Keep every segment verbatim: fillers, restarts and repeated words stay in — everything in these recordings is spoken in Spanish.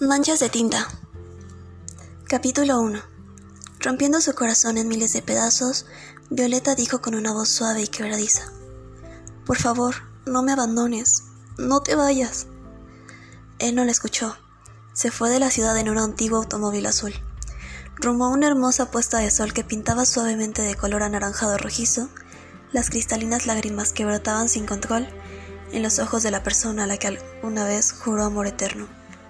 Manchas de tinta. Capítulo uno. Rompiendo su corazón en miles de pedazos, Violeta dijo con una voz suave y quebradiza: «Por favor, no me abandones, no te vayas». Él no la escuchó. Se fue de la ciudad en un antiguo automóvil azul, rumbo a una hermosa puesta de sol que pintaba suavemente de color anaranjado rojizo las cristalinas lágrimas que brotaban sin control en los ojos de la persona a la que alguna vez juró amor eterno.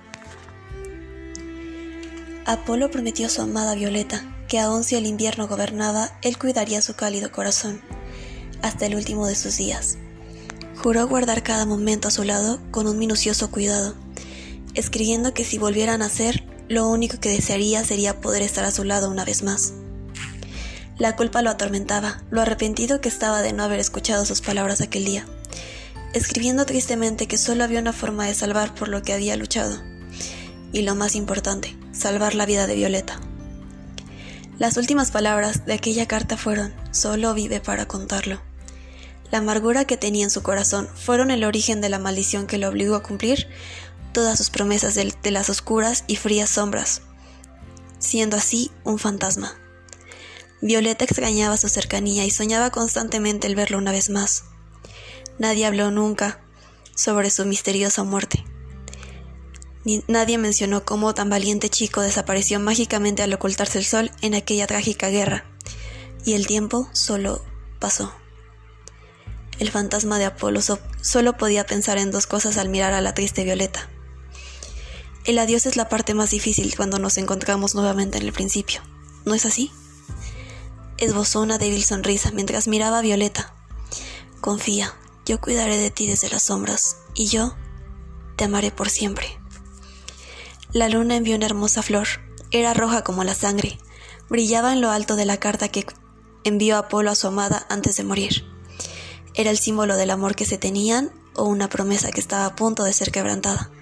Apolo prometió a su amada Violeta que aun si el invierno gobernaba, él cuidaría su cálido corazón hasta el último de sus días. Juró guardar cada momento a su lado con un minucioso cuidado, escribiendo que si volviera a nacer, lo único que desearía sería poder estar a su lado una vez más. La culpa lo atormentaba, lo arrepentido que estaba de no haber escuchado sus palabras aquel día, escribiendo tristemente que solo había una forma de salvar por lo que había luchado, y lo más importante, salvar la vida de Violeta. Las últimas palabras de aquella carta fueron: «Solo vive para contarlo». La amargura que tenía en su corazón fueron el origen de la maldición que lo obligó a cumplir todas sus promesas de, de las oscuras y frías sombras, siendo así un fantasma. Violeta extrañaba su cercanía y soñaba constantemente el verlo una vez más. Nadie habló nunca sobre su misteriosa muerte. Ni nadie mencionó cómo tan valiente chico desapareció mágicamente al ocultarse el sol en aquella trágica guerra, y el tiempo solo pasó. El fantasma de Apolo so- solo podía pensar en dos cosas al mirar a la triste Violeta. El adiós es la parte más difícil cuando nos encontramos nuevamente en el principio, ¿no es así? Esbozó una débil sonrisa mientras miraba a Violeta. «Confía, yo cuidaré de ti desde las sombras, y yo te amaré por siempre». La luna envió una hermosa flor. Era roja como la sangre. Brillaba en lo alto de la carta que envió Apolo a su amada antes de morir. Era el símbolo del amor que se tenían o una promesa que estaba a punto de ser quebrantada.